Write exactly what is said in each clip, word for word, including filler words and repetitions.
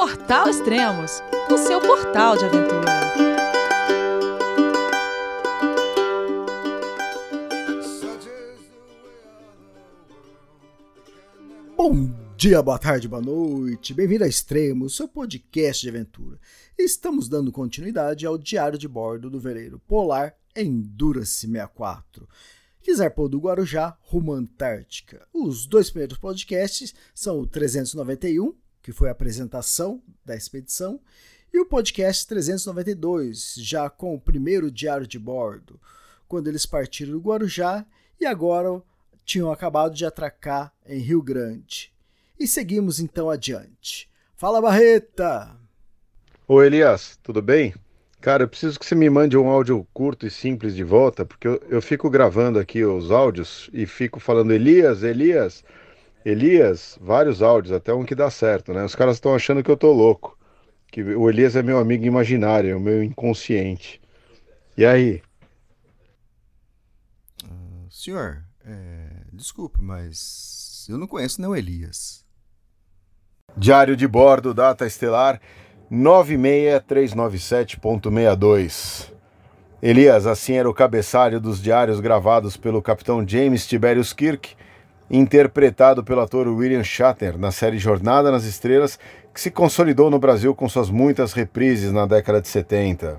Portal Extremos, o seu portal de aventura. Bom dia, boa tarde, boa noite, bem-vindo a Extremos, seu podcast de aventura. Estamos dando continuidade ao diário de bordo do veleiro Polar Endurance sessenta e quatro, que zarpou do Guarujá rumo à Antártica. Os dois primeiros podcasts são o trezentos e noventa e um, que foi a apresentação da expedição, e o podcast trezentos e noventa e dois, já com o primeiro diário de bordo, quando eles partiram do Guarujá e agora tinham acabado de atracar em Rio Grande. E seguimos então adiante. Fala, Barreta! Oi, Elias, tudo bem? Cara, eu preciso que você me mande um áudio curto e simples de volta, porque eu, eu fico gravando aqui os áudios e fico falando Elias, Elias, Elias, vários áudios, até um que dá certo, né? Os caras estão achando que eu tô louco, que o Elias é meu amigo imaginário, é o meu inconsciente. E aí? Uh, senhor, é, desculpe, mas eu não conheço nem o Elias. Diário de bordo, data estelar nove seis três nove sete ponto sessenta e dois. Elias, assim era o cabeçalho dos diários gravados pelo capitão James Tiberius Kirk, interpretado pelo ator William Shatner na série Jornada nas Estrelas, que se consolidou no Brasil com suas muitas reprises na década de setenta.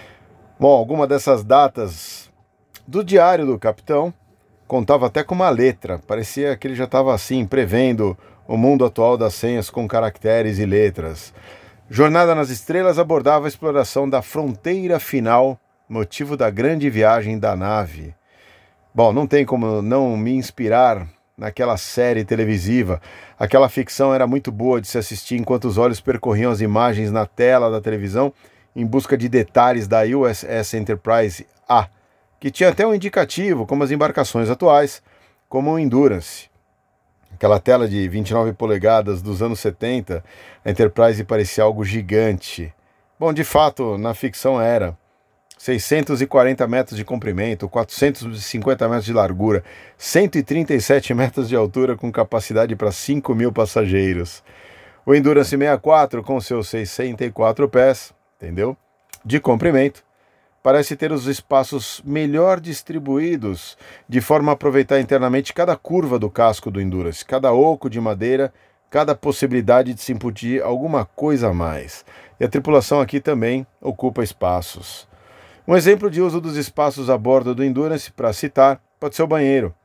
Bom, alguma dessas datas do diário do capitão contava até com uma letra, parecia que ele já estava assim, prevendo o mundo atual das senhas com caracteres e letras. Jornada nas Estrelas abordava a exploração da fronteira final, motivo da grande viagem da nave. Bom, não tem como não me inspirar naquela série televisiva. Aquela ficção era muito boa de se assistir enquanto os olhos percorriam as imagens na tela da televisão em busca de detalhes da U S S Enterprise A, que tinha até um indicativo, como as embarcações atuais, como o Endurance. Aquela tela de vinte e nove polegadas dos anos setenta, a Enterprise parecia algo gigante. Bom, de fato, na ficção era. seiscentos e quarenta metros de comprimento, quatrocentos e cinquenta metros de largura, cento e trinta e sete metros de altura com capacidade para cinco mil passageiros. O Endurance sessenta e quatro, com seus sessenta e quatro pés, entendeu? De comprimento, parece ter os espaços melhor distribuídos, de forma a aproveitar internamente cada curva do casco do Endurance, cada oco de madeira, cada possibilidade de se imputir alguma coisa a mais. E a tripulação aqui também ocupa espaços. Um exemplo de uso dos espaços a bordo do Endurance, para citar, pode ser o banheiro.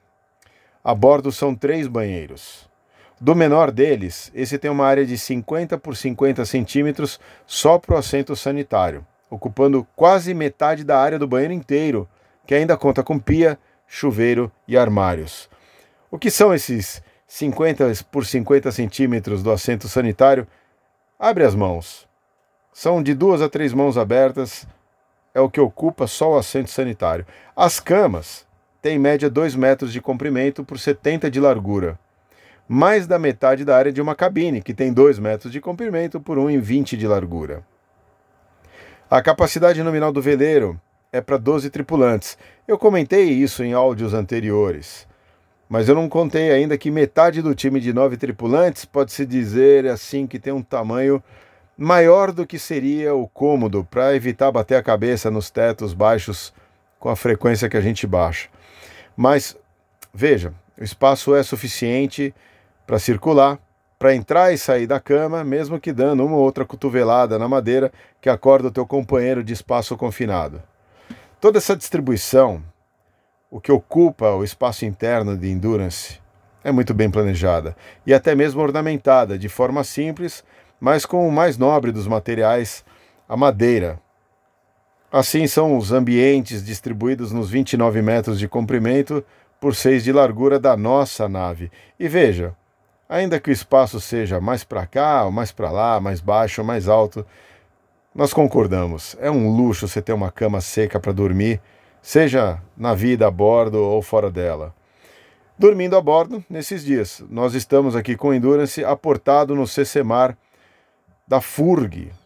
A bordo são três banheiros. Do menor deles, esse tem uma área de cinquenta por cinquenta centímetros só para o assento sanitário, ocupando quase metade da área do banheiro inteiro, que ainda conta com pia, chuveiro e armários. O que são esses cinquenta por cinquenta centímetros do assento sanitário? Abre as mãos. São de duas a três mãos abertas, é o que ocupa só o assento sanitário. As camas têm em média dois metros de comprimento por setenta de largura. Mais da metade da área de uma cabine, que tem dois metros de comprimento por um metro e vinte de largura. A capacidade nominal do veleiro é para doze tripulantes. Eu comentei isso em áudios anteriores. Mas eu não contei ainda que metade do time de nove tripulantes pode-se dizer assim que tem um tamanho maior do que seria o cômodo para evitar bater a cabeça nos tetos baixos com a frequência que a gente baixa. Mas, veja, o espaço é suficiente para circular, para entrar e sair da cama, mesmo que dando uma ou outra cotovelada na madeira que acorda o teu companheiro de espaço confinado. Toda essa distribuição, o que ocupa o espaço interno de Endurance, é muito bem planejada e até mesmo ornamentada, de forma simples, mas com o mais nobre dos materiais, a madeira. Assim são os ambientes distribuídos nos vinte e nove metros de comprimento por seis de largura da nossa nave. E veja, ainda que o espaço seja mais para cá, ou mais para lá, mais baixo ou mais alto, nós concordamos, é um luxo você ter uma cama seca para dormir, seja na vida a bordo ou fora dela. Dormindo a bordo, nesses dias, nós estamos aqui com o Endurance aportado no CCMAR da F U R G.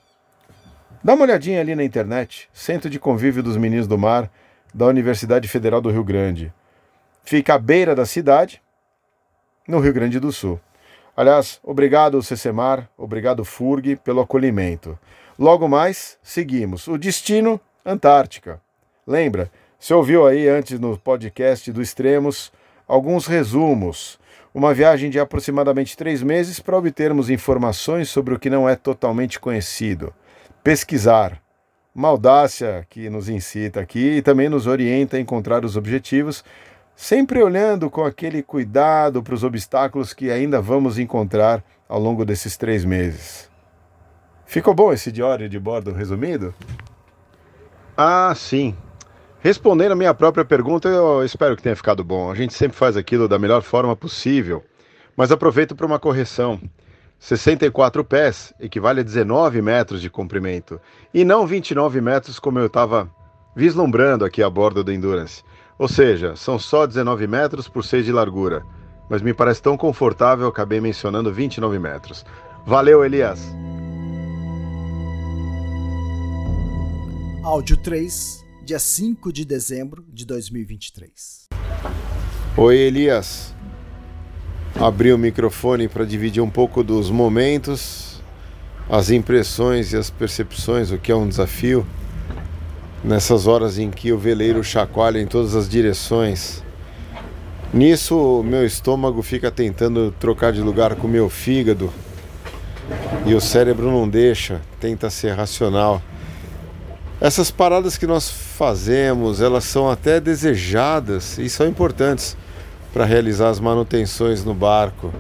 Dá uma olhadinha ali na internet, Centro de Convívio dos Meninos do Mar, da Universidade Federal do Rio Grande. Fica à beira da cidade, no Rio Grande do Sul. Aliás, obrigado Cecemar, obrigado Furg pelo acolhimento. Logo mais, seguimos. O destino, Antártica. Lembra, você ouviu aí antes no podcast do Extremos alguns resumos. Uma viagem de aproximadamente três meses para obtermos informações sobre o que não é totalmente conhecido. Pesquisar. Uma audácia que nos incita aqui e também nos orienta a encontrar os objetivos, sempre olhando com aquele cuidado para os obstáculos que ainda vamos encontrar ao longo desses três meses. Ficou bom esse diário de bordo resumido? Ah, sim. Respondendo a minha própria pergunta, eu espero que tenha ficado bom. A gente sempre faz aquilo da melhor forma possível, mas aproveito para uma correção. sessenta e quatro pés equivale a dezenove metros de comprimento, e não vinte e nove metros como eu estava vislumbrando aqui a bordo do Endurance. Ou seja, são só dezenove metros por seis de largura, mas me parece tão confortável, eu acabei mencionando vinte e nove metros. Valeu, Elias! Áudio três, dia cinco de dezembro de dois mil e vinte e três. Oi, Elias. Abri o microfone para dividir um pouco dos momentos, as impressões e as percepções, o que é um desafio, nessas horas em que o veleiro chacoalha em todas as direções. Nisso, o meu estômago fica tentando trocar de lugar com o meu fígado e o cérebro não deixa, tenta ser racional. Essas paradas que nós fazemos, elas são até desejadas e são importantes para realizar as manutenções no barco.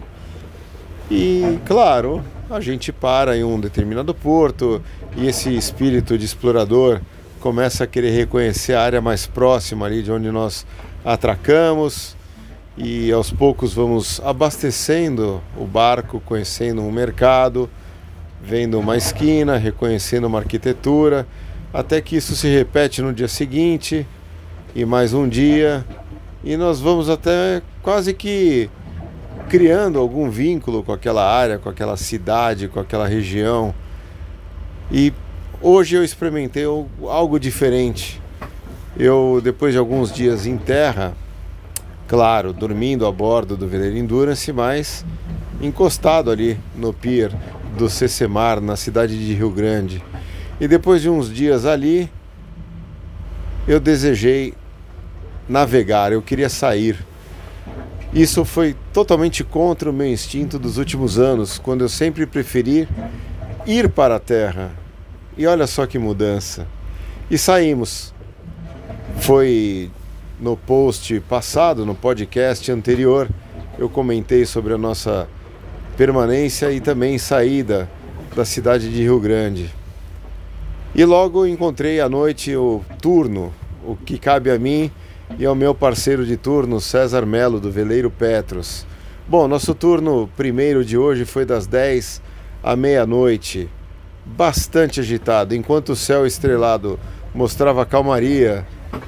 E, claro, a gente para em um determinado porto e esse espírito de explorador começa a querer reconhecer a área mais próxima ali de onde nós atracamos e aos poucos vamos abastecendo o barco, conhecendo um mercado, vendo uma esquina, reconhecendo uma arquitetura, até que isso se repete no dia seguinte e mais um dia. E nós vamos até quase que criando algum vínculo com aquela área, com aquela cidade, com aquela região. E hoje eu experimentei algo diferente. Eu, depois de alguns dias em terra, claro, dormindo a bordo do veleiro Endurance, mas encostado ali no pier do Cecemar, na cidade de Rio Grande. E depois de uns dias ali, eu desejei navegar, eu queria sair. Isso foi totalmente contra o meu instinto dos últimos anos, quando eu sempre preferi ir para a terra. E olha só que mudança. E saímos. Foi no post passado, no podcast anterior, eu comentei sobre a nossa permanência e também saída da cidade de Rio Grande. E logo encontrei à noite o turno, o que cabe a mim e ao meu parceiro de turno, César Melo, do Veleiro Petros. Bom, nosso turno primeiro de hoje foi das dez à meia-noite, bastante agitado. Enquanto o céu estrelado mostrava calmaria,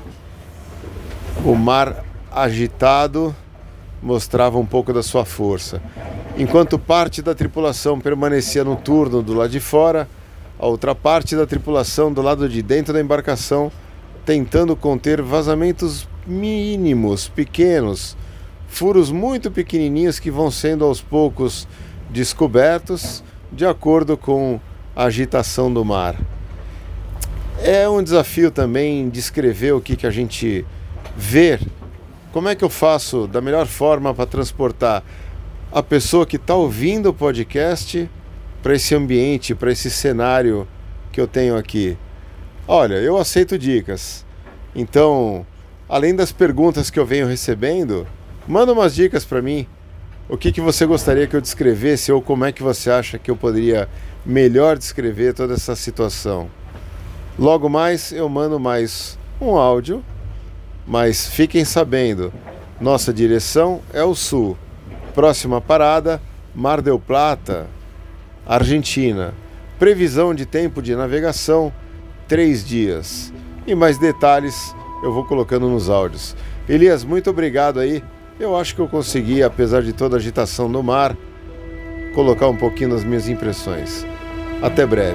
o mar agitado mostrava um pouco da sua força. Enquanto parte da tripulação permanecia no turno do lado de fora, a outra parte da tripulação do lado de dentro da embarcação tentando conter vazamentos mínimos, pequenos, furos muito pequenininhos que vão sendo aos poucos descobertos de acordo com a agitação do mar. É um desafio também descrever o que, que a gente vê. Como é que eu faço da melhor forma para transportar a pessoa que está ouvindo o podcast para esse ambiente, para esse cenário que eu tenho aqui? Olha, eu aceito dicas. Então, além das perguntas que eu venho recebendo, manda umas dicas para mim. O que, que você gostaria que eu descrevesse ou como é que você acha que eu poderia melhor descrever toda essa situação? Logo mais eu mando mais um áudio, mas fiquem sabendo, nossa direção é o sul. Próxima parada, Mar del Plata, Argentina. Previsão de tempo de navegação, três dias. E mais detalhes eu vou colocando nos áudios. Elias, muito obrigado aí. Eu acho que eu consegui, apesar de toda a agitação do mar, colocar um pouquinho nas minhas impressões. Até breve.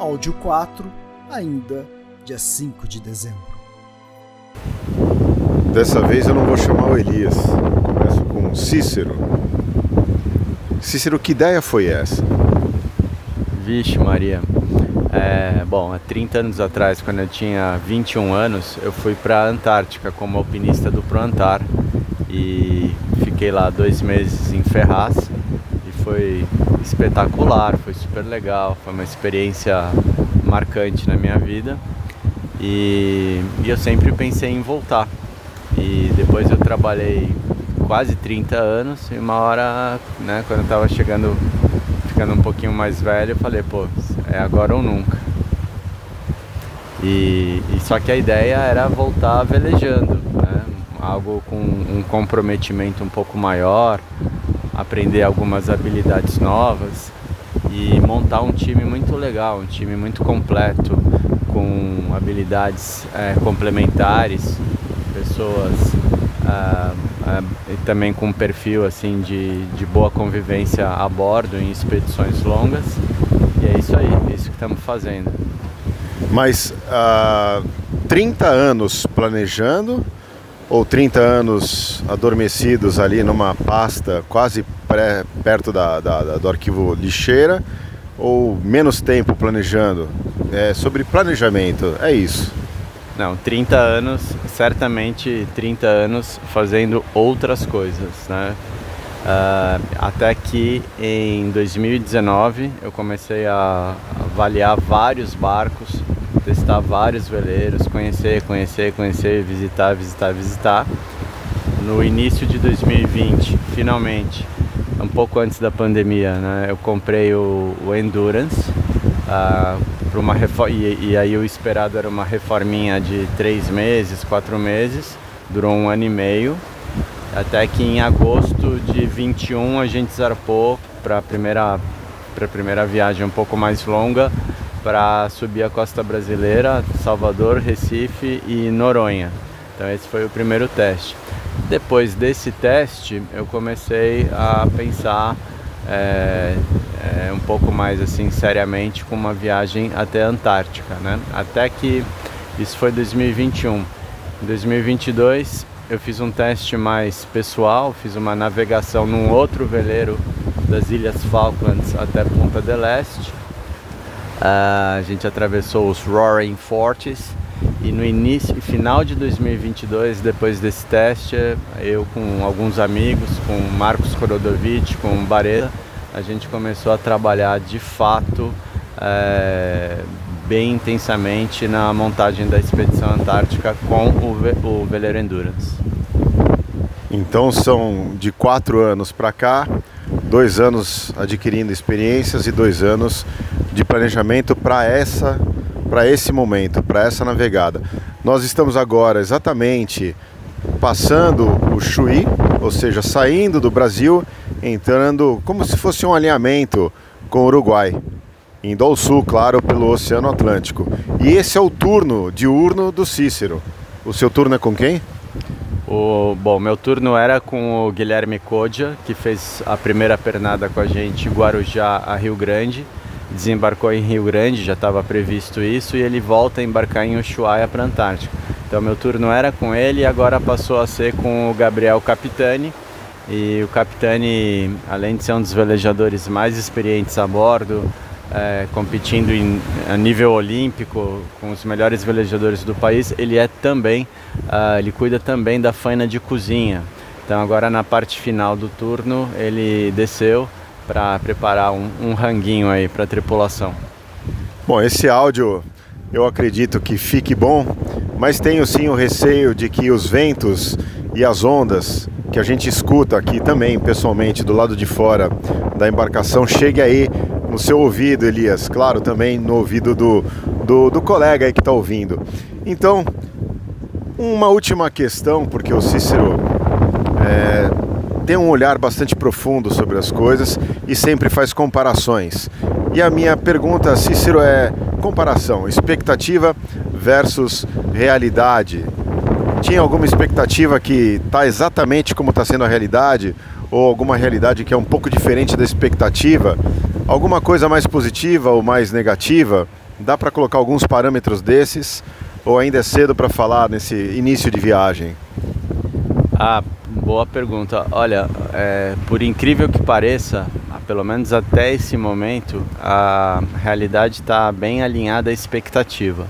áudio quatro, ainda dia cinco de dezembro. Dessa vez eu não vou chamar o Elias, começo com o Cícero. Cícero, que ideia foi essa? Vixe Maria, é, bom, há trinta anos atrás, quando eu tinha vinte e um anos, eu fui para a Antártica como alpinista do ProAntar e fiquei lá dois meses em Ferraz e foi espetacular, foi super legal, foi uma experiência marcante na minha vida e, e eu sempre pensei em voltar. E depois eu trabalhei quase trinta anos e uma hora, né, quando eu estava chegando, ficando um pouquinho mais velho, eu falei, pô, é agora ou nunca. E, e só que a ideia era voltar velejando, né, algo com um comprometimento um pouco maior, aprender algumas habilidades novas e montar um time muito legal, um time muito completo, com habilidades é, complementares, pessoas ah, ah, e também com um perfil assim de, de boa convivência a bordo em expedições longas, e é isso aí, é isso que estamos fazendo. Mas há uh, trinta anos planejando ou trinta anos adormecidos ali numa pasta quase pré, perto da, da, da, do arquivo lixeira, ou menos tempo planejando? É sobre planejamento, é isso. Não, trinta anos, certamente trinta anos fazendo outras coisas, né? Uh, até que em dois mil e dezenove eu comecei a avaliar vários barcos, testar vários veleiros, conhecer, conhecer, conhecer, visitar, visitar, visitar. No início de dois mil e vinte, finalmente, um pouco antes da pandemia, né, eu comprei o, o Endurance, uh, para uma reforma, e, e aí o esperado era uma reforminha de três meses, quatro meses, durou um ano e meio, até que em agosto de vinte e um a gente zarpou para a primeira, para a primeira viagem um pouco mais longa, para subir a costa brasileira, Salvador, Recife e Noronha. Então esse foi o primeiro teste. Depois desse teste eu comecei a pensar é, é, um pouco mais assim seriamente com uma viagem até a Antártica, né? Até que isso foi dois mil e vinte e um. Em dois mil e vinte e dois eu fiz um teste mais pessoal, fiz uma navegação num outro veleiro das Ilhas Falklands até Punta del Este. Uh, a gente atravessou os Roaring Forties e no início e final de dois mil e vinte e dois, depois desse teste, eu com alguns amigos, com Marcos Korodovic, com Bareta, a gente começou a trabalhar de fato é, bem intensamente na montagem da expedição antártica com o, ve o veleiro Endurance. Então são de quatro anos para cá, dois anos adquirindo experiências e dois anos de planejamento para essa, para esse momento, para essa navegada. Nós estamos agora exatamente passando o Chuí, ou seja, saindo do Brasil, entrando como se fosse um alinhamento com o Uruguai, indo ao sul, claro, pelo Oceano Atlântico. E esse é o turno diurno do Cícero. O seu turno é com quem? O, bom, meu turno era com o Guilherme Codia, que fez a primeira pernada com a gente Guarujá a Rio Grande, desembarcou em Rio Grande, já estava previsto isso, e ele volta a embarcar em Ushuaia para a Antártica. Então meu turno era com ele e agora passou a ser com o Gabriel Capitani. E o Capitani, além de ser um dos velejadores mais experientes a bordo, é, competindo em, a nível olímpico com os melhores velejadores do país, ele é também, uh, ele cuida também da faina de cozinha. Então agora na parte final do turno ele desceu para preparar um, um ranguinho aí para a tripulação. Bom, esse áudio eu acredito que fique bom, mas tenho sim o receio de que os ventos e as ondas que a gente escuta aqui também pessoalmente do lado de fora da embarcação chegue aí no seu ouvido, Elias, claro, também no ouvido do, do, do colega aí que está ouvindo. Então, uma última questão, porque o Cícero é, tem um olhar bastante profundo sobre as coisas e sempre faz comparações. E a minha pergunta, Cícero, é comparação, expectativa versus realidade. Tinha alguma expectativa que está exatamente como está sendo a realidade, ou alguma realidade que é um pouco diferente da expectativa? Alguma coisa mais positiva ou mais negativa? Dá para colocar alguns parâmetros desses ou ainda é cedo para falar nesse início de viagem? Ah, boa pergunta. Olha, é, por incrível que pareça, pelo menos até esse momento, a realidade está bem alinhada à expectativa.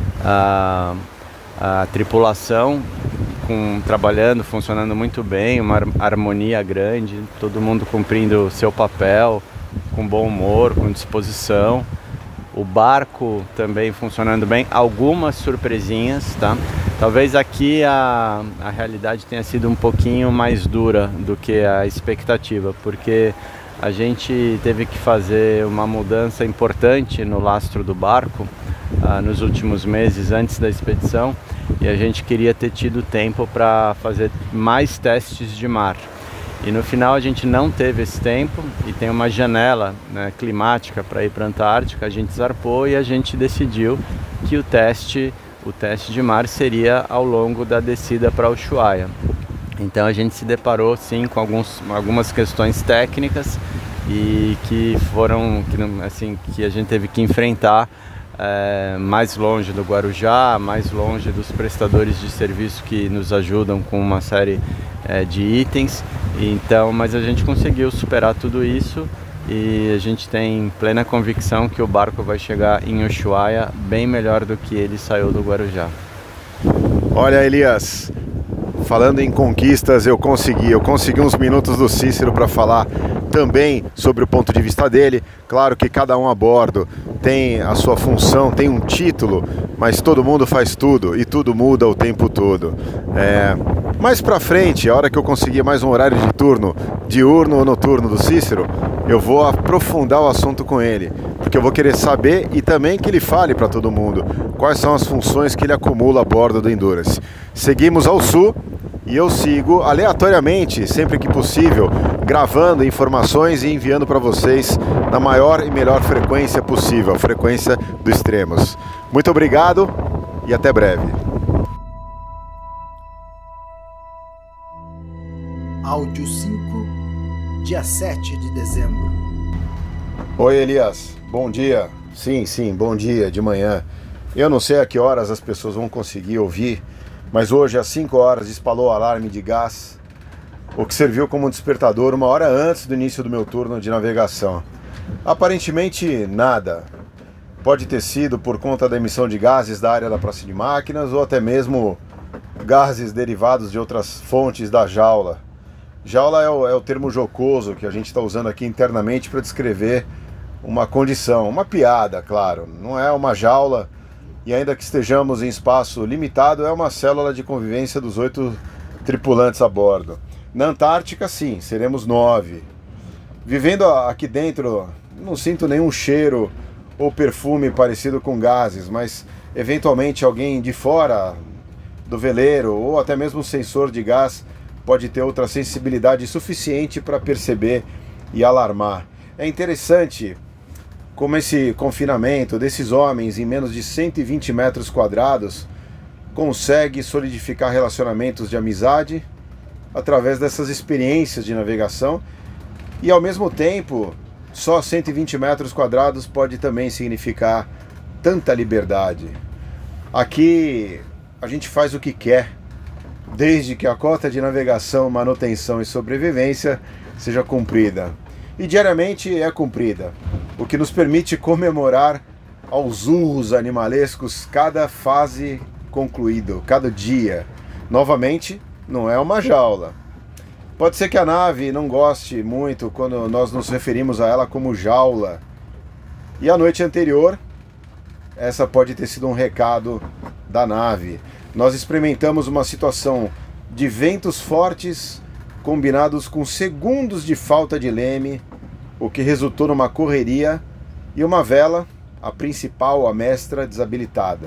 A, a tripulação com, trabalhando, funcionando muito bem, uma harmonia grande, todo mundo cumprindo o seu papel, com bom humor, com disposição. O barco também funcionando bem, algumas surpresinhas, tá? Talvez aqui a, a realidade tenha sido um pouquinho mais dura do que a expectativa, porque a gente teve que fazer uma mudança importante no lastro do barco ah, nos últimos meses antes da expedição, e a gente queria ter tido tempo para fazer mais testes de mar. E no final a gente não teve esse tempo e tem uma janela, né, climática para ir para a Antártica. A gente zarpou e a gente decidiu que o teste, o teste de mar seria ao longo da descida para Ushuaia. Então a gente se deparou sim com alguns, algumas questões técnicas e que foram, que, assim, que a gente teve que enfrentar é, mais longe do Guarujá, mais longe dos prestadores de serviço que nos ajudam com uma série é, de itens. Então, mas a gente conseguiu superar tudo isso e a gente tem plena convicção que o barco vai chegar em Ushuaia bem melhor do que ele saiu do Guarujá. Olha, Elias, falando em conquistas, eu consegui, eu consegui uns minutos do Cícero para falar também sobre o ponto de vista dele. Claro que cada um a bordo tem a sua função, tem um título, mas todo mundo faz tudo e tudo muda o tempo todo. É, mais pra frente, a hora que eu conseguir mais um horário de turno, diurno ou noturno do Cícero, eu vou aprofundar o assunto com ele, porque eu vou querer saber e também que ele fale para todo mundo quais são as funções que ele acumula a bordo do Endurance. Seguimos ao sul e eu sigo aleatoriamente, sempre que possível, gravando informações e enviando para vocês na maior e melhor frequência possível, a frequência do Extremos. Muito obrigado e até breve. Áudio cinco, dia sete de dezembro. Oi, Elias, bom dia. Sim, sim, bom dia, de manhã. Eu não sei a que horas as pessoas vão conseguir ouvir, mas hoje às cinco horas disparou o alarme de gás, o que serviu como despertador uma hora antes do início do meu turno de navegação. Aparentemente nada. Pode ter sido por conta da emissão de gases da área da praça de máquinas ou até mesmo gases derivados de outras fontes da jaula. Jaula é o, é o termo jocoso que a gente está usando aqui internamente para descrever uma condição, uma piada, claro. Não é uma jaula e ainda que estejamos em espaço limitado, é uma célula de convivência dos oito tripulantes a bordo. Na Antártica, sim, seremos nove. Vivendo aqui dentro, não sinto nenhum cheiro ou perfume parecido com gases, mas eventualmente alguém de fora do veleiro ou até mesmo um sensor de gás pode ter outra sensibilidade suficiente para perceber e alarmar. É interessante como esse confinamento desses homens em menos de cento e vinte metros quadrados consegue solidificar relacionamentos de amizade através dessas experiências de navegação e ao mesmo tempo só cento e vinte metros quadrados pode também significar tanta liberdade. Aqui a gente faz o que quer, desde que a cota de navegação, manutenção e sobrevivência seja cumprida. E diariamente é cumprida, o que nos permite comemorar aos urros animalescos cada fase concluído, cada dia. Novamente, não é uma jaula. Pode ser que a nave não goste muito quando nós nos referimos a ela como jaula. E a noite anterior, essa pode ter sido um recado da nave. Nós experimentamos uma situação de ventos fortes combinados com segundos de falta de leme, o que resultou numa correria e uma vela, a principal, a mestra, desabilitada.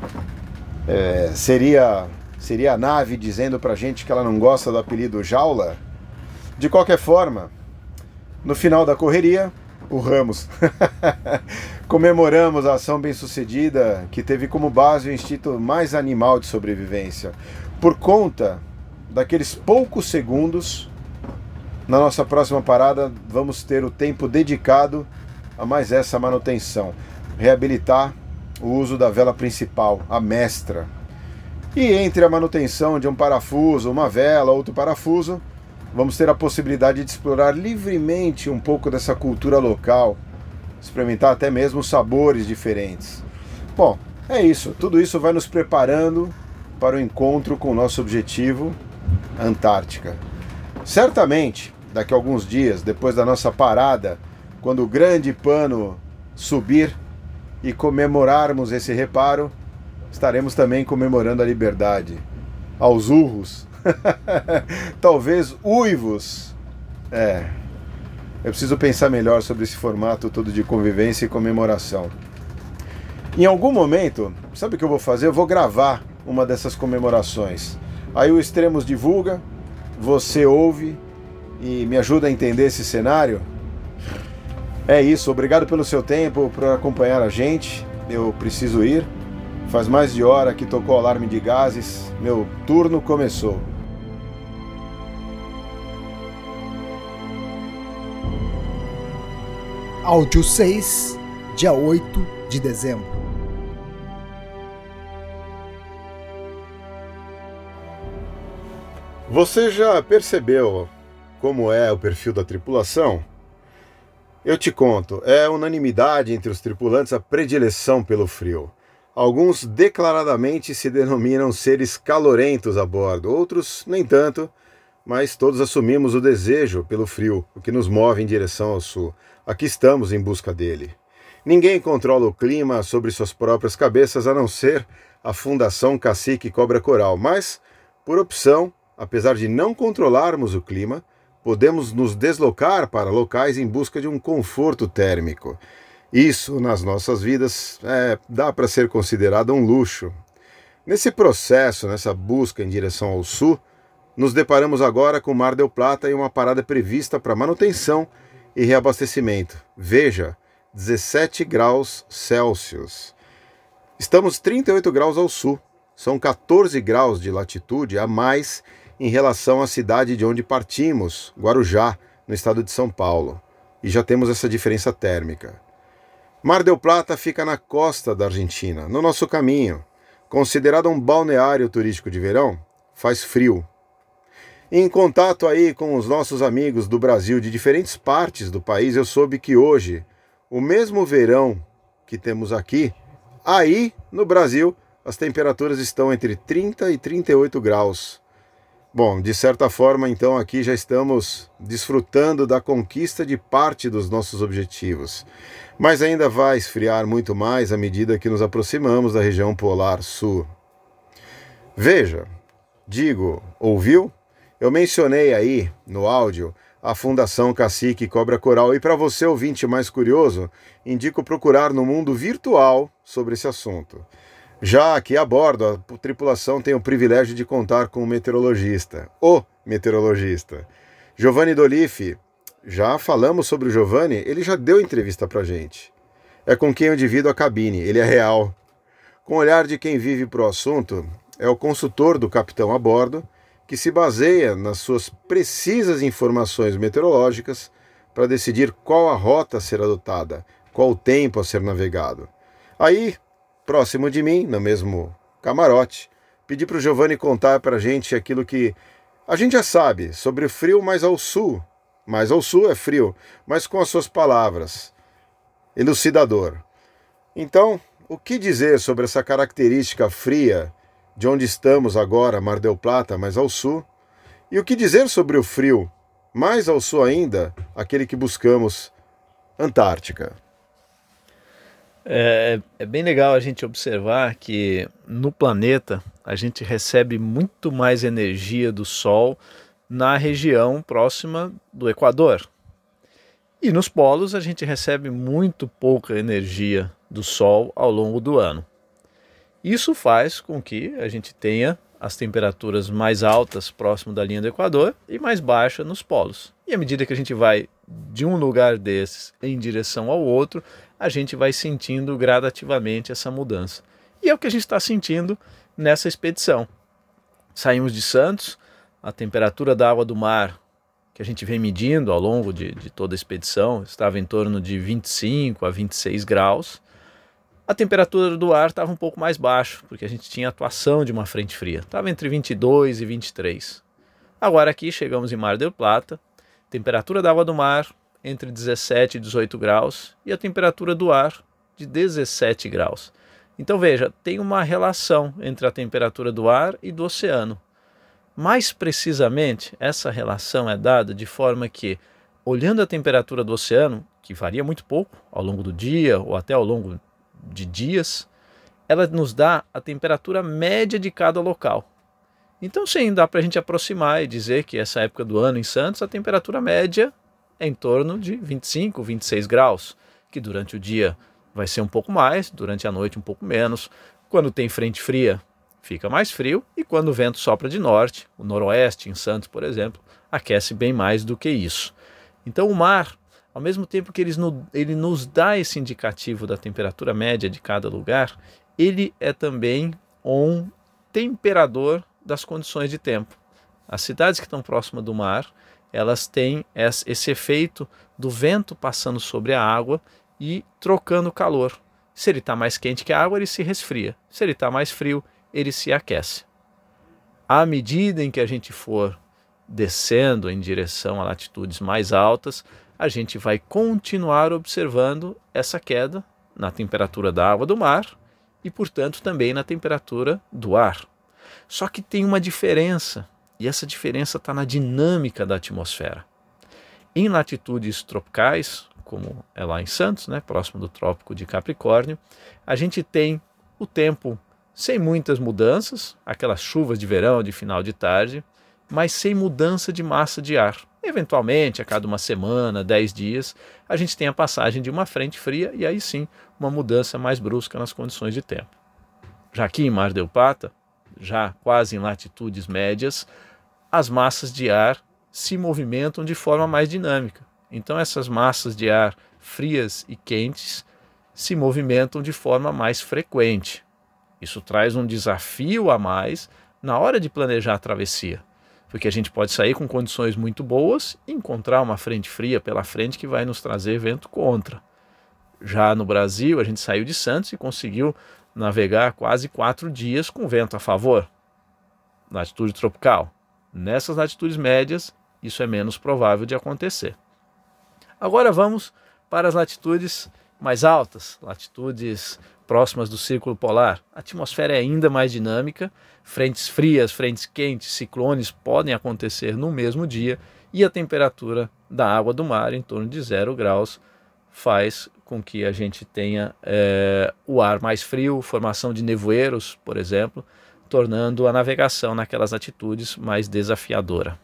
É, seria, seria a nave dizendo pra gente que ela não gosta do apelido jaula? De qualquer forma, no final da correria, urramos. Comemoramos a ação bem-sucedida que teve como base o instinto mais animal de sobrevivência. Por conta daqueles poucos segundos, na nossa próxima parada vamos ter o tempo dedicado a mais essa manutenção. reabilitar o uso da vela principal, a mestra. E entre a manutenção de um parafuso, uma vela, outro parafuso, vamos ter a possibilidade de explorar livremente um pouco dessa cultura local, experimentar até mesmo sabores diferentes. Bom, é isso. Tudo isso vai nos preparando para o encontro com o nosso objetivo, a Antártica. Certamente, daqui a alguns dias, depois da nossa parada, quando o grande pano subir e comemorarmos esse reparo, estaremos também comemorando a liberdade. Aos urros, talvez uivos. É, eu preciso pensar melhor sobre esse formato todo de convivência e comemoração. Em algum momento, sabe o que eu vou fazer? Eu vou gravar uma dessas comemorações. Aí o Extremos divulga, você ouve e me ajuda a entender esse cenário. É isso, obrigado pelo seu tempo, por acompanhar a gente. Eu preciso ir. Faz mais de hora que tocou o alarme de gases. Meu turno começou. Áudio seis, dia oito de dezembro. Você já percebeu como é o perfil da tripulação? Eu te conto, é unanimidade entre os tripulantes a predileção pelo frio. Alguns declaradamente se denominam seres calorentos a bordo, outros nem tanto, mas todos assumimos o desejo pelo frio, o que nos move em direção ao sul. Aqui estamos em busca dele. Ninguém controla o clima sobre suas próprias cabeças, a não ser a Fundação Cacique Cobra Coral, mas, por opção, apesar de não controlarmos o clima, podemos nos deslocar para locais em busca de um conforto térmico. Isso, nas nossas vidas, é, dá para ser considerado um luxo. Nesse processo, nessa busca em direção ao sul, nos deparamos agora com Mar del Plata e uma parada prevista para manutenção e reabastecimento. Veja, dezessete graus Celsius. Estamos trinta e oito graus ao sul. São quatorze graus de latitude a mais em relação à cidade de onde partimos, Guarujá, no estado de São Paulo. E já temos essa diferença térmica. Mar del Plata fica na costa da Argentina, no nosso caminho. Considerado um balneário turístico de verão, faz frio. Em contato aí com os nossos amigos do Brasil de diferentes partes do país, eu soube que hoje, o mesmo verão que temos aqui, aí no Brasil, as temperaturas estão entre trinta e trinta e oito graus. Bom, de certa forma, então, aqui já estamos desfrutando da conquista de parte dos nossos objetivos. Mas ainda vai esfriar muito mais à medida que nos aproximamos da região polar sul. Veja, digo, ouviu? Eu mencionei aí, no áudio, a Fundação Cacique Cobra Coral. E para você, ouvinte mais curioso, indico procurar no mundo virtual sobre esse assunto. Já aqui a bordo, a tripulação tem o privilégio de contar com um meteorologista, o meteorologista. Giovanni Dolife, já falamos sobre o Giovanni, ele já deu entrevista pra gente. É com quem eu divido a cabine, ele é real. Com o olhar de quem vive pro assunto, é o consultor do capitão a bordo, que se baseia nas suas precisas informações meteorológicas para decidir qual a rota a ser adotada, qual o tempo a ser navegado. Aí, próximo de mim, no mesmo camarote, pedi para o Giovanni contar para a gente aquilo que a gente já sabe sobre o frio mais ao sul. Mais ao sul é frio, mas com as suas palavras. Elucidador. Então, o que dizer sobre essa característica fria de onde estamos agora, Mar del Plata, mais ao sul? E o que dizer sobre o frio, mais ao sul ainda, aquele que buscamos, Antártica? É, é bem legal a gente observar que no planeta a gente recebe muito mais energia do Sol na região próxima do Equador. E nos polos a gente recebe muito pouca energia do Sol ao longo do ano. Isso faz com que a gente tenha as temperaturas mais altas próximo da linha do Equador e mais baixas nos polos. E à medida que a gente vai de um lugar desses em direção ao outro, a gente vai sentindo gradativamente essa mudança. E é o que a gente está sentindo nessa expedição. Saímos de Santos, a temperatura da água do mar, que a gente vem medindo ao longo de, de toda a expedição, estava em torno de vinte e cinco a vinte e seis graus. a temperatura do ar estava um pouco mais baixa, porque a gente tinha atuação de uma frente fria. Estava entre vinte e dois e vinte e três. Agora aqui chegamos em Mar del Plata, temperatura da água do mar entre dezessete e dezoito graus e a temperatura do ar de dezessete graus. Então veja, tem uma relação entre a temperatura do ar e do oceano. Mais precisamente, essa relação é dada de forma que, olhando a temperatura do oceano, que varia muito pouco ao longo do dia ou até ao longo de dias, ela nos dá a temperatura média de cada local. Então sim, dá para a gente aproximar e dizer que essa época do ano em Santos, a temperatura média é em torno de vinte e cinco, vinte e seis graus, que durante o dia vai ser um pouco mais, durante a noite um pouco menos. Quando tem frente fria, fica mais frio, e quando o vento sopra de norte, o noroeste em Santos, por exemplo, aquece bem mais do que isso. Então o mar, ao mesmo tempo que ele, ele nos dá esse indicativo da temperatura média de cada lugar, ele é também um temperador das condições de tempo. As cidades que estão próximas do mar, elas têm esse efeito do vento passando sobre a água e trocando calor. Se ele está mais quente que a água, ele se resfria. Se ele está mais frio, ele se aquece. À medida em que a gente for descendo em direção a latitudes mais altas, a gente vai continuar observando essa queda na temperatura da água do mar e, portanto, também na temperatura do ar. Só que tem uma diferença, e essa diferença está na dinâmica da atmosfera. Em latitudes tropicais, como é lá em Santos, né, próximo do Trópico de Capricórnio, a gente tem o tempo sem muitas mudanças, aquelas chuvas de verão, de final de tarde, mas sem mudança de massa de ar. Eventualmente, a cada uma semana, dez dias, a gente tem a passagem de uma frente fria e aí sim, uma mudança mais brusca nas condições de tempo. Já aqui em Mar del Plata, já quase em latitudes médias, as massas de ar se movimentam de forma mais dinâmica. Então essas massas de ar frias e quentes se movimentam de forma mais frequente. Isso traz um desafio a mais na hora de planejar a travessia, porque a gente pode sair com condições muito boas e encontrar uma frente fria pela frente que vai nos trazer vento contra. Já no Brasil, a gente saiu de Santos e conseguiu navegar quase quatro dias com vento a favor, latitude tropical. Nessas latitudes médias, isso é menos provável de acontecer. Agora vamos para as latitudes mais altas, latitudes próximas do Círculo Polar. A atmosfera é ainda mais dinâmica, frentes frias, frentes quentes, ciclones podem acontecer no mesmo dia e a temperatura da água do mar, em torno de zero graus, faz com que a gente tenha é, o ar mais frio, formação de nevoeiros, por exemplo, tornando a navegação naquelas latitudes mais desafiadora.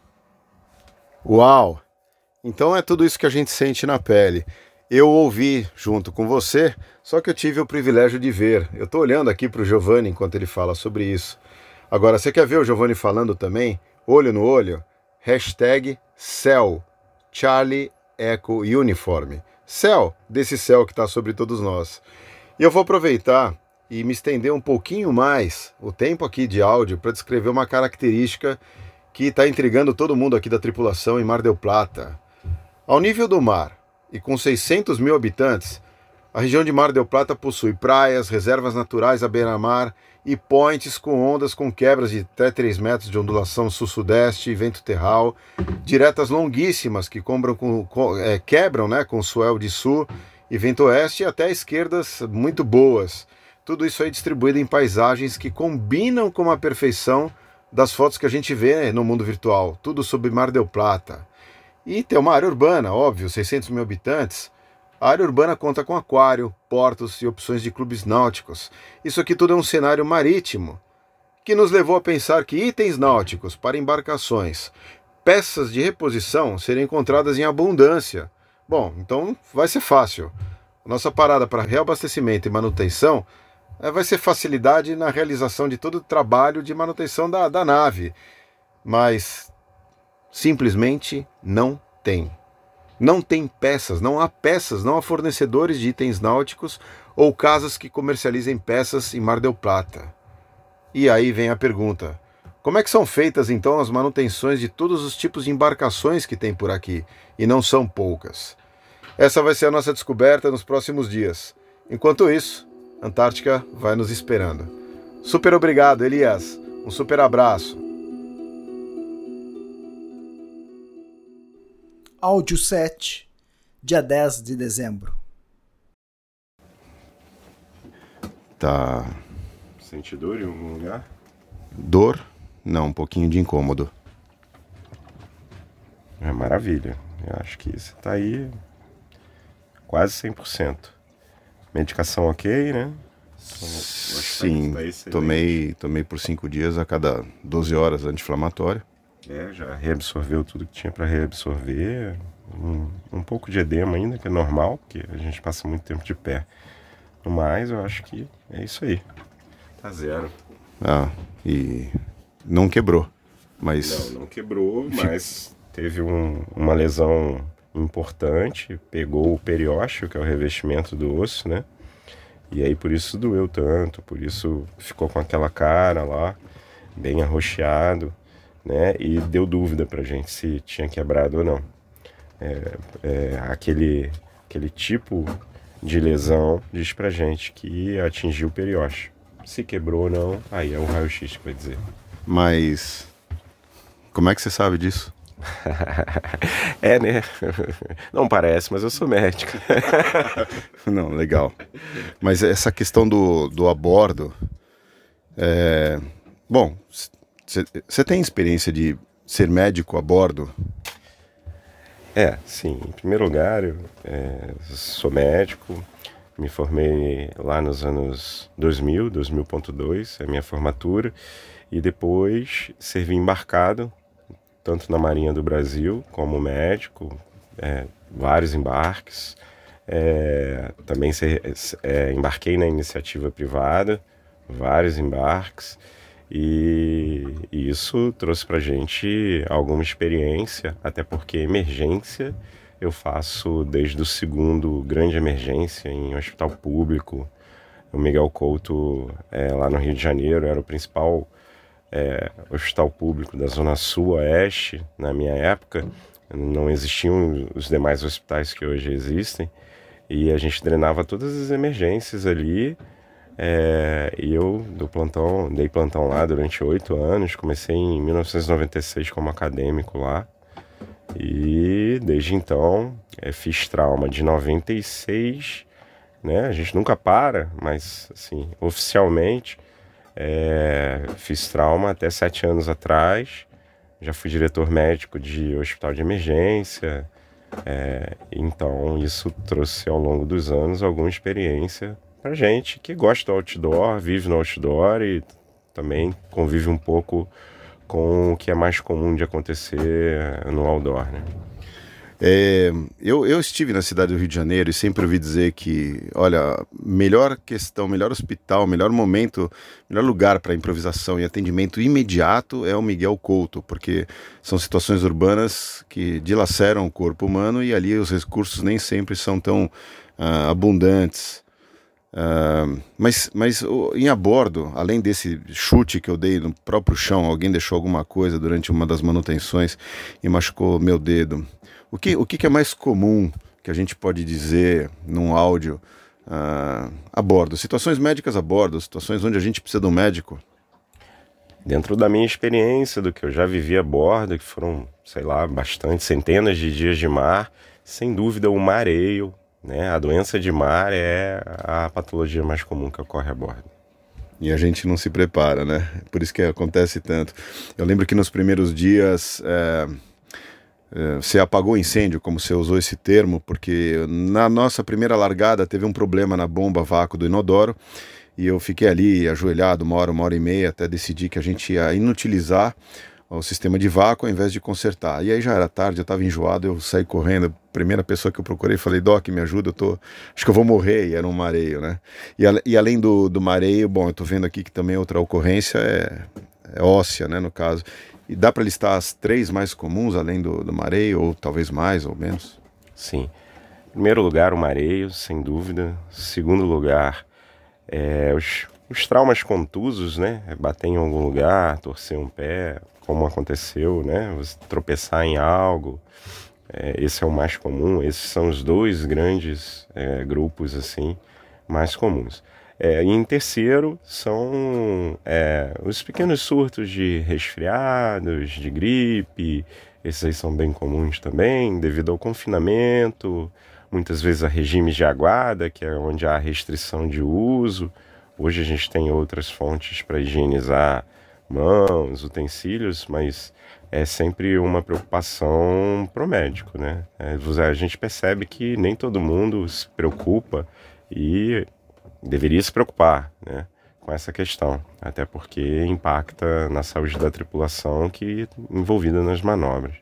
Uau! Então é tudo isso que a gente sente na pele. Eu ouvi junto com você, só que eu tive o privilégio de ver. Eu estou olhando aqui para o Giovanni enquanto ele fala sobre isso. Agora, você quer ver o Giovanni falando também? Olho no olho? Hashtag céu, Charlie Echo Uniforme. Céu, desse céu que está sobre todos nós. E eu vou aproveitar e me estender um pouquinho mais o tempo aqui de áudio para descrever uma característica que está intrigando todo mundo aqui da tripulação em Mar del Plata. Ao nível do mar e com seiscentos mil habitantes, a região de Mar del Plata possui praias, reservas naturais à beira-mar e points com ondas com quebras de até três metros de ondulação sul-sudeste e vento terral, diretas longuíssimas que combram com, com, é, quebram né, com swell de sul e vento oeste e até esquerdas muito boas. Tudo isso aí distribuído em paisagens que combinam com a perfeição das fotos que a gente vê no mundo virtual, tudo sobre Mar del Plata. E tem uma área urbana, óbvio, seiscentos mil habitantes. A área urbana conta com aquário, portos e opções de clubes náuticos. Isso aqui tudo é um cenário marítimo, que nos levou a pensar que itens náuticos para embarcações, peças de reposição seriam encontradas em abundância. Bom, então vai ser fácil. Nossa parada para reabastecimento e manutenção é, vai ser facilidade na realização de todo o trabalho de manutenção da, da nave. Mas simplesmente não tem. Não tem peças, não há peças, não há fornecedores de itens náuticos ou casas que comercializem peças em Mar del Plata. E aí vem a pergunta: como é que são feitas então as manutenções de todos os tipos de embarcações que tem por aqui? E não são poucas. Essa vai ser a nossa descoberta nos próximos dias. Enquanto isso, Antártica vai nos esperando. Super obrigado, Elias. Um super abraço. Áudio sete, dia dez de dezembro. Tá. Sente dor em algum lugar? Dor? Não, um pouquinho de incômodo. É maravilha. Eu acho que você tá aí quase cem por cento. Medicação ok, né? Sim, tomei, tomei por cinco dias a cada doze horas anti-inflamatório. É, já reabsorveu tudo que tinha para reabsorver. Um, um pouco de edema ainda, que é normal, porque a gente passa muito tempo de pé. No mais, eu acho que é isso aí. Tá zero. Ah, e não quebrou, mas... Não, não quebrou, mas teve um, uma lesão importante, pegou o periósteo, que é o revestimento do osso, né? E aí por isso doeu tanto, por isso ficou com aquela cara lá, bem arroxeado, né? E deu dúvida pra gente se tinha quebrado ou não. É, é, aquele, aquele tipo de lesão diz pra gente que atingiu o periósteo. Se quebrou ou não, aí é o raio-x que vai dizer. Mas como é que você sabe disso? É, né? Não parece, mas eu sou médico. Não, legal. Mas essa questão do, do abordo... É... Bom, você tem experiência de ser médico a bordo? É, sim. Em primeiro lugar, eu é, sou médico. Me formei lá nos anos dois mil, dois mil ponto dois, é a minha formatura. E depois servi embarcado, tanto na Marinha do Brasil como médico, é, vários embarques. É, também ser, é, embarquei na iniciativa privada, vários embarques. E, e isso trouxe pra gente alguma experiência, até porque emergência eu faço desde o segundo grande emergência em hospital público. O Miguel Couto, é, lá no Rio de Janeiro, era o principal é, hospital público da Zona Sul-Oeste na minha época. Não existiam os demais hospitais que hoje existem. E a gente drenava todas as emergências ali. É, e eu do plantão, dei plantão lá durante oito anos. Comecei em mil novecentos e noventa e seis como acadêmico lá. E desde então é, fiz trauma de noventa e seis, né? A gente nunca para, mas assim, oficialmente é, fiz trauma até sete anos atrás. Já fui diretor médico de hospital de emergência. É, então isso trouxe ao longo dos anos alguma experiência pra gente que gosta do outdoor, vive no outdoor e também convive um pouco com o que é mais comum de acontecer no outdoor, né? É, eu, eu estive na cidade do Rio de Janeiro e sempre ouvi dizer que, olha, melhor questão, melhor hospital, melhor momento, melhor lugar para improvisação e atendimento imediato é o Miguel Couto, porque são situações urbanas que dilaceram o corpo humano e ali os recursos nem sempre são tão uh, abundantes. Uh, mas, mas em abordo, além desse chute que eu dei no próprio chão, alguém deixou alguma coisa durante uma das manutenções e machucou meu dedo. O que, o que é mais comum que a gente pode dizer num áudio uh, a bordo? Situações médicas a bordo, situações onde a gente precisa de um médico? Dentro da minha experiência, do que eu já vivi a bordo, que foram, sei lá, bastante, centenas de dias de mar, sem dúvida o mareio, né? A doença de mar é a patologia mais comum que ocorre a bordo. E a gente não se prepara, né? Por isso que acontece tanto. Eu lembro que nos primeiros dias é, é, você apagou o incêndio, como você usou esse termo, porque na nossa primeira largada teve um problema na bomba vácuo do inodoro e eu fiquei ali ajoelhado uma hora, uma hora e meia até decidir que a gente ia inutilizar o sistema de vácuo ao invés de consertar. E aí já era tarde, eu estava enjoado, eu saí correndo. A primeira pessoa que eu procurei, falei, Doc, me ajuda, eu tô, acho que eu vou morrer, e era um mareio, né? E, a, e além do, do mareio, bom, eu tô vendo aqui que também outra ocorrência é, é óssea, né, no caso. E dá para listar as três mais comuns, além do, do mareio, ou talvez mais ou menos? Sim. Em primeiro lugar, o mareio, sem dúvida. Segundo lugar, é, os, os traumas contusos, né? Bater em algum lugar, torcer um pé, como aconteceu, né? Você tropeçar em algo, é, esse é o mais comum. Esses são os dois grandes é, grupos assim mais comuns. É, e em terceiro são é, os pequenos surtos de resfriados, de gripe. Esses aí são bem comuns também, devido ao confinamento, muitas vezes a regimes de aguada, que é onde há restrição de uso. Hoje a gente tem outras fontes para higienizar mãos, utensílios, mas é sempre uma preocupação para o médico, né? É, a gente percebe que nem todo mundo se preocupa e deveria se preocupar, né, com essa questão, até porque impacta na saúde da tripulação que envolvida nas manobras.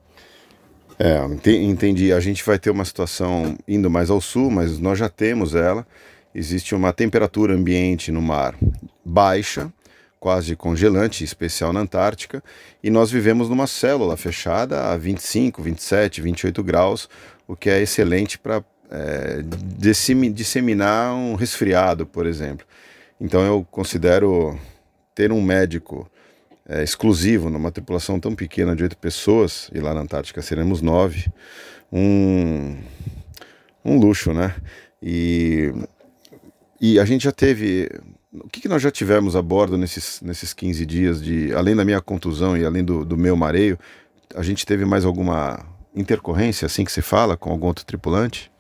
É, entendi. A gente vai ter uma situação indo mais ao sul, mas nós já temos ela. Existe uma temperatura ambiente no mar baixa, quase congelante, especial na Antártica, e nós vivemos numa célula fechada a vinte e cinco, vinte e sete, vinte e oito graus, o que é excelente para é, disseminar um resfriado, por exemplo. Então eu considero ter um médico é, exclusivo numa tripulação tão pequena de oito pessoas, e lá na Antártica seremos nove, um, um luxo, né? E, e a gente já teve... O que, que nós já tivemos a bordo nesses, nesses quinze dias, de, além da minha contusão e além do, do meu mareio, a gente teve mais alguma intercorrência, assim que se fala, com algum outro tripulante?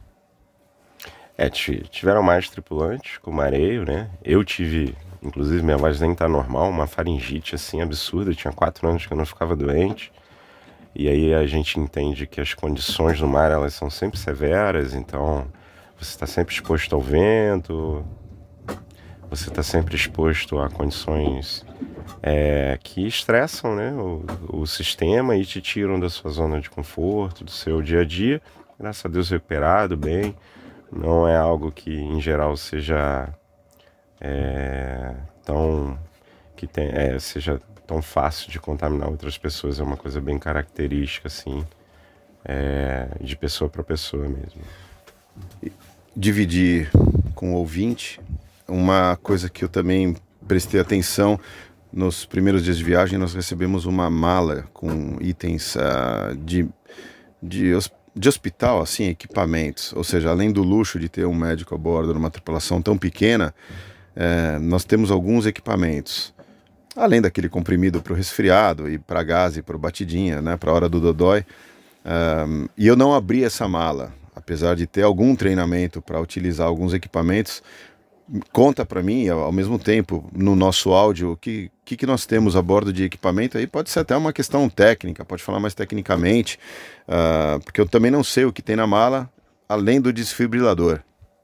É, tiveram mais tripulantes com mareio, né? Eu tive, inclusive minha voz nem tá normal, uma faringite assim absurda, eu tinha quatro anos que eu não ficava doente. E aí a gente entende que as condições do mar, elas são sempre severas, então você está sempre exposto ao vento, você está sempre exposto a condições é, que estressam, né, o, o sistema e te tiram da sua zona de conforto, do seu dia a dia. Graças a Deus recuperado, bem. Não é algo que, em geral, seja é, tão, que tem, é, seja tão fácil de contaminar outras pessoas. É uma coisa bem característica, assim, é, de pessoa para pessoa mesmo. Dividir com o ouvinte uma coisa que eu também prestei atenção. Nos primeiros dias de viagem, nós recebemos uma mala com itens uh, de, de hospital. de hospital, assim, equipamentos, ou seja, além do luxo de ter um médico a bordo numa tripulação tão pequena, é, nós temos alguns equipamentos, além daquele comprimido para o resfriado e para gás e para o batidinha, né, para a hora do dodói, um, e eu não abri essa mala, apesar de ter algum treinamento para utilizar alguns equipamentos. Conta para mim, ao mesmo tempo, no nosso áudio, o que, que, que nós temos a bordo de equipamento. Aí pode ser até uma questão técnica, pode falar mais tecnicamente, uh, porque eu também não sei o que tem na mala, além do desfibrilador.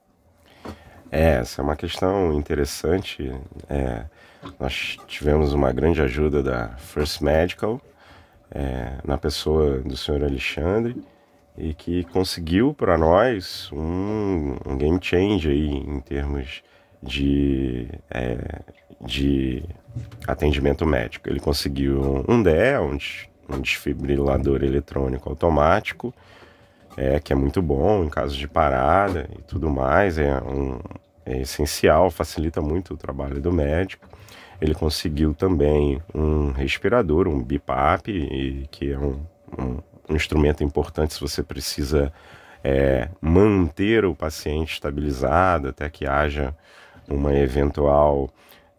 É, essa é uma questão interessante. É, nós tivemos uma grande ajuda da First Medical, é, na pessoa do senhor Alexandre, e que conseguiu para nós um, um game changer aí, em termos de, é, de atendimento médico. Ele conseguiu um D E, um, um desfibrilador eletrônico automático, é, que é muito bom em caso de parada e tudo mais, é, um, é essencial, facilita muito o trabalho do médico. Ele conseguiu também um respirador, um B PAP, e, que é um, um, um instrumento importante se você precisa é, manter o paciente estabilizado até que haja uma eventual,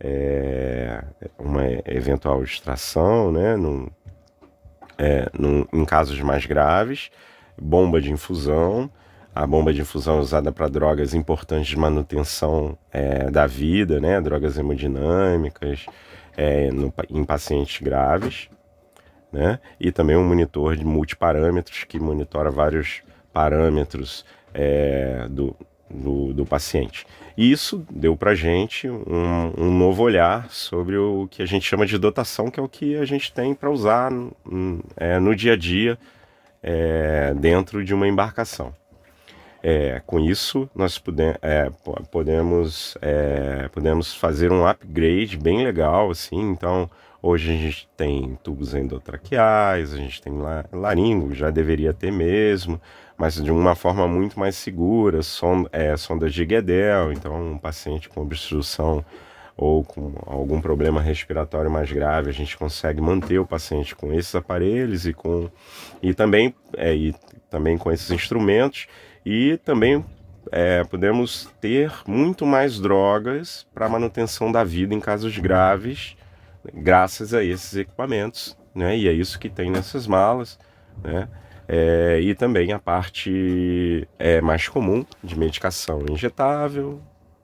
é, uma eventual extração, né, num, é, num, em casos mais graves. Bomba de infusão. A bomba de infusão é usada para drogas importantes de manutenção é, da vida, né, drogas hemodinâmicas, é, no, em pacientes graves, né, e também um monitor de multiparâmetros que monitora vários parâmetros é, do, do, do paciente. E isso deu para a gente um, um novo olhar sobre o que a gente chama de dotação, que é o que a gente tem para usar no, é, no dia a dia é, dentro de uma embarcação. É, com isso, nós pode, é, podemos, é, podemos fazer um upgrade bem legal, assim. Então, hoje a gente tem tubos endotraqueais, a gente tem laringo, já deveria ter mesmo, mas de uma forma muito mais segura, sonda, é, sondas de Guedel. Então, um paciente com obstrução ou com algum problema respiratório mais grave, a gente consegue manter o paciente com esses aparelhos e, com, e, também, é, e também com esses instrumentos. E também é, podemos ter muito mais drogas para manutenção da vida em casos graves, graças a esses equipamentos, né? E é isso que tem nessas malas, né? É, e também a parte é, mais comum de medicação injetável,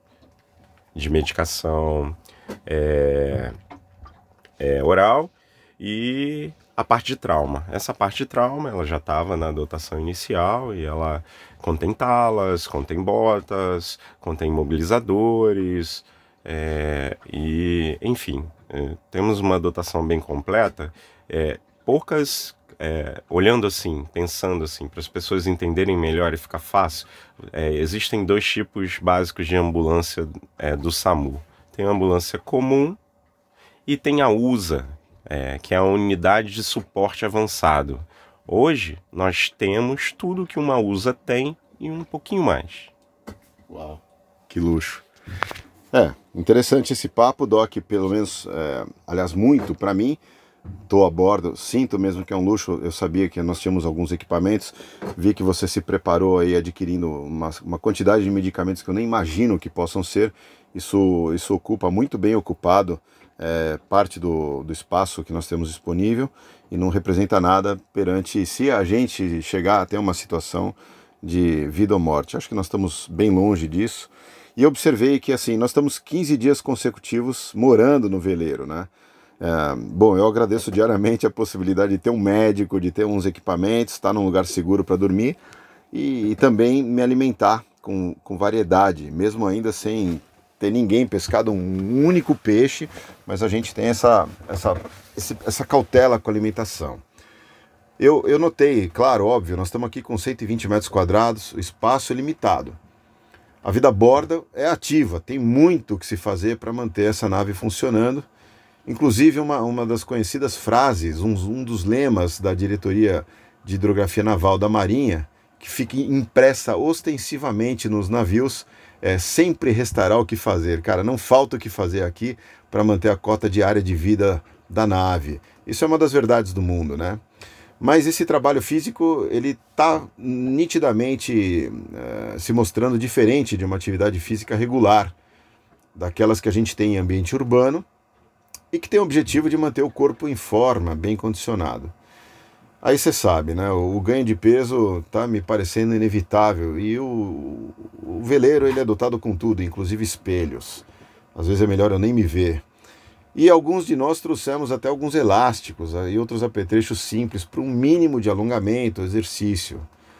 de medicação é, é, oral e a parte de trauma. Essa parte de trauma ela já estava na dotação inicial e ela contém talas, contém botas, contém mobilizadores é, e, enfim, é, temos uma dotação bem completa. É, poucas É, olhando assim, pensando assim, para as pessoas entenderem melhor e ficar fácil, é, existem dois tipos básicos de ambulância é, do SAMU. Tem a ambulância comum e tem a U S A, é, que é a Unidade de Suporte Avançado. Hoje, nós temos tudo que uma U S A tem e um pouquinho mais. Uau, que luxo. É, interessante esse papo, Doc, pelo menos, é, aliás, muito para mim. Estou a bordo, sinto mesmo que é um luxo. Eu sabia que nós tínhamos alguns equipamentos, vi que você se preparou aí adquirindo uma, uma quantidade de medicamentos que eu nem imagino que possam ser. Isso, isso ocupa muito bem ocupado é, parte do, do espaço que nós temos disponível e não representa nada perante se a gente chegar até uma situação de vida ou morte. Acho que nós estamos bem longe disso. E observei que assim, nós estamos quinze dias consecutivos morando no veleiro, né? É, bom, eu agradeço diariamente a possibilidade de ter um médico, de ter uns equipamentos, estar num lugar seguro para dormir e, e também me alimentar com, com variedade, mesmo ainda sem ter ninguém pescado um único peixe, mas a gente tem essa, essa, esse, essa cautela com a alimentação. Eu, eu notei, claro, óbvio, nós estamos aqui com cento e vinte metros quadrados, o espaço é limitado. A vida a bordo é ativa, tem muito o que se fazer para manter essa nave funcionando. Inclusive, uma, uma das conhecidas frases, um, um dos lemas da Diretoria de Hidrografia Naval da Marinha, que fica impressa ostensivamente nos navios, é sempre restará o que fazer. Cara, não falta o que fazer aqui para manter a cota diária de vida da nave. Isso é uma das verdades do mundo, né? Mas esse trabalho físico, ele está nitidamente é, se mostrando diferente de uma atividade física regular, daquelas que a gente tem em ambiente urbano, e que tem o objetivo de manter o corpo em forma, bem condicionado. Aí você sabe, né? O ganho de peso está me parecendo inevitável e o, o veleiro ele é dotado com tudo, inclusive espelhos. Às vezes é melhor eu nem me ver. E alguns de nós trouxemos até alguns elásticos e outros apetrechos simples para um mínimo de alongamento, exercício.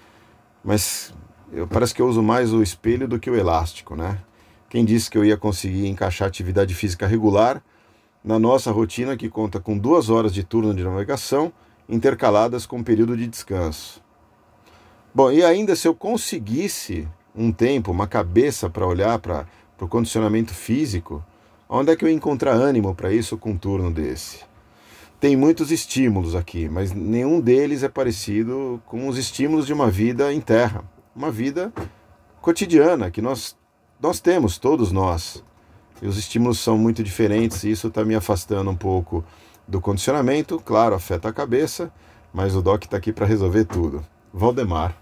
Mas eu, parece que eu uso mais o espelho do que o elástico, né? Quem disse que eu ia conseguir encaixar atividade física regular na nossa rotina que conta com duas horas de turno de navegação intercaladas com um período de descanso. Bom, e ainda se eu conseguisse um tempo, uma cabeça para olhar para o condicionamento físico, onde é que eu ia encontrar ânimo para isso com um turno desse? Tem muitos estímulos aqui, mas nenhum deles é parecido com os estímulos de uma vida em terra, uma vida cotidiana que nós, nós temos, todos nós. E os estímulos são muito diferentes e isso está me afastando um pouco do condicionamento. Claro, afeta a cabeça, mas o Doc está aqui para resolver tudo. Valdemar.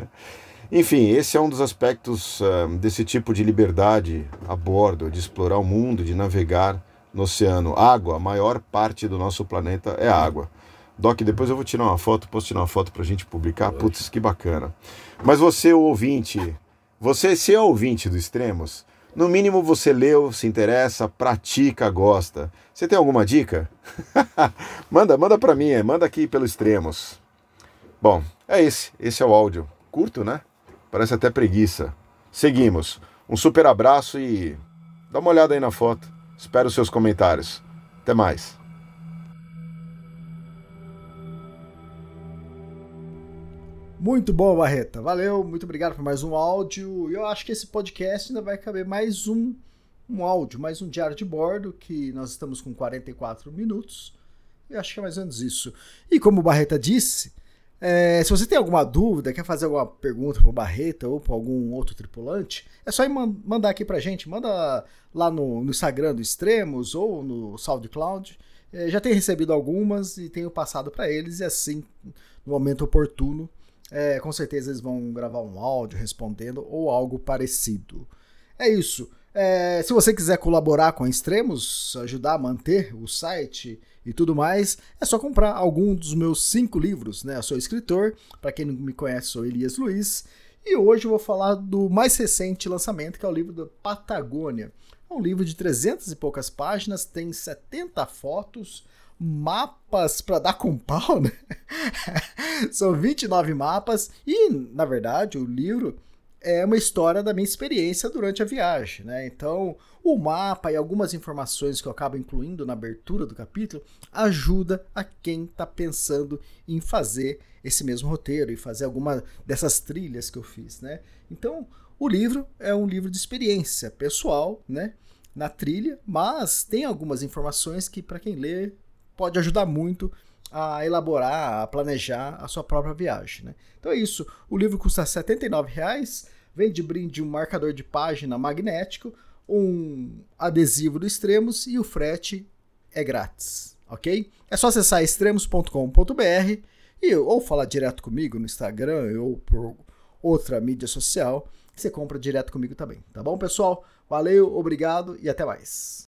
Enfim, esse é um dos aspectos uh, desse tipo de liberdade a bordo, de explorar o mundo, de navegar no oceano. Água, a maior parte do nosso planeta é água. Doc, depois eu vou tirar uma foto, posso tirar uma foto para a gente publicar? Putz, que bacana. Mas você, o ouvinte, você, se é ouvinte do Extremos, no mínimo você leu, se interessa, pratica, gosta. Você tem alguma dica? manda, manda para mim, manda aqui pelo Extremos. Bom, é esse, esse é o áudio. Curto, né? Parece até preguiça. Seguimos. Um super abraço e dá uma olhada aí na foto. Espero os seus comentários. Até mais. Muito bom, Barreta. Valeu, muito obrigado por mais um áudio. Eu acho que esse podcast ainda vai caber mais um, um áudio, mais um diário de bordo, que nós estamos com quarenta e quatro minutos. Eu acho que é mais ou menos isso. E como o Barreta disse, é, se você tem alguma dúvida, quer fazer alguma pergunta para o Barreta ou para algum outro tripulante, é só ir man- mandar aqui para a gente. Manda lá no, no Instagram do Extremos ou no SoundCloud. É, já tenho recebido algumas e tenho passado para eles, e assim, no momento oportuno, é, com certeza eles vão gravar um áudio respondendo ou algo parecido. É isso. É, se você quiser colaborar com a Extremos, ajudar a manter o site e tudo mais, é só comprar algum dos meus cinco livros, né? Eu sou escritor, para quem não me conhece, sou Elias Luiz, e hoje eu vou falar do mais recente lançamento, que é o livro da Patagônia. É um livro de trezentas e poucas páginas, tem setenta fotos, mapas para dar com pau, né? São vinte e nove mapas, e, na verdade, o livro é uma história da minha experiência durante a viagem, né? Então, o mapa e algumas informações que eu acabo incluindo na abertura do capítulo ajuda a quem está pensando em fazer esse mesmo roteiro e fazer alguma dessas trilhas que eu fiz, né? Então, o livro é um livro de experiência pessoal, né? Na trilha, mas tem algumas informações que, para quem lê, pode ajudar muito a elaborar, a planejar a sua própria viagem, né? Então é isso. O livro custa setenta e nove reais. Vem de brinde um marcador de página magnético, um adesivo do Extremos e o frete é grátis, ok? É só acessar extremos ponto com ponto b r e, ou falar direto comigo no Instagram ou por outra mídia social, que você compra direto comigo também, tá bom, pessoal? Valeu, obrigado e até mais.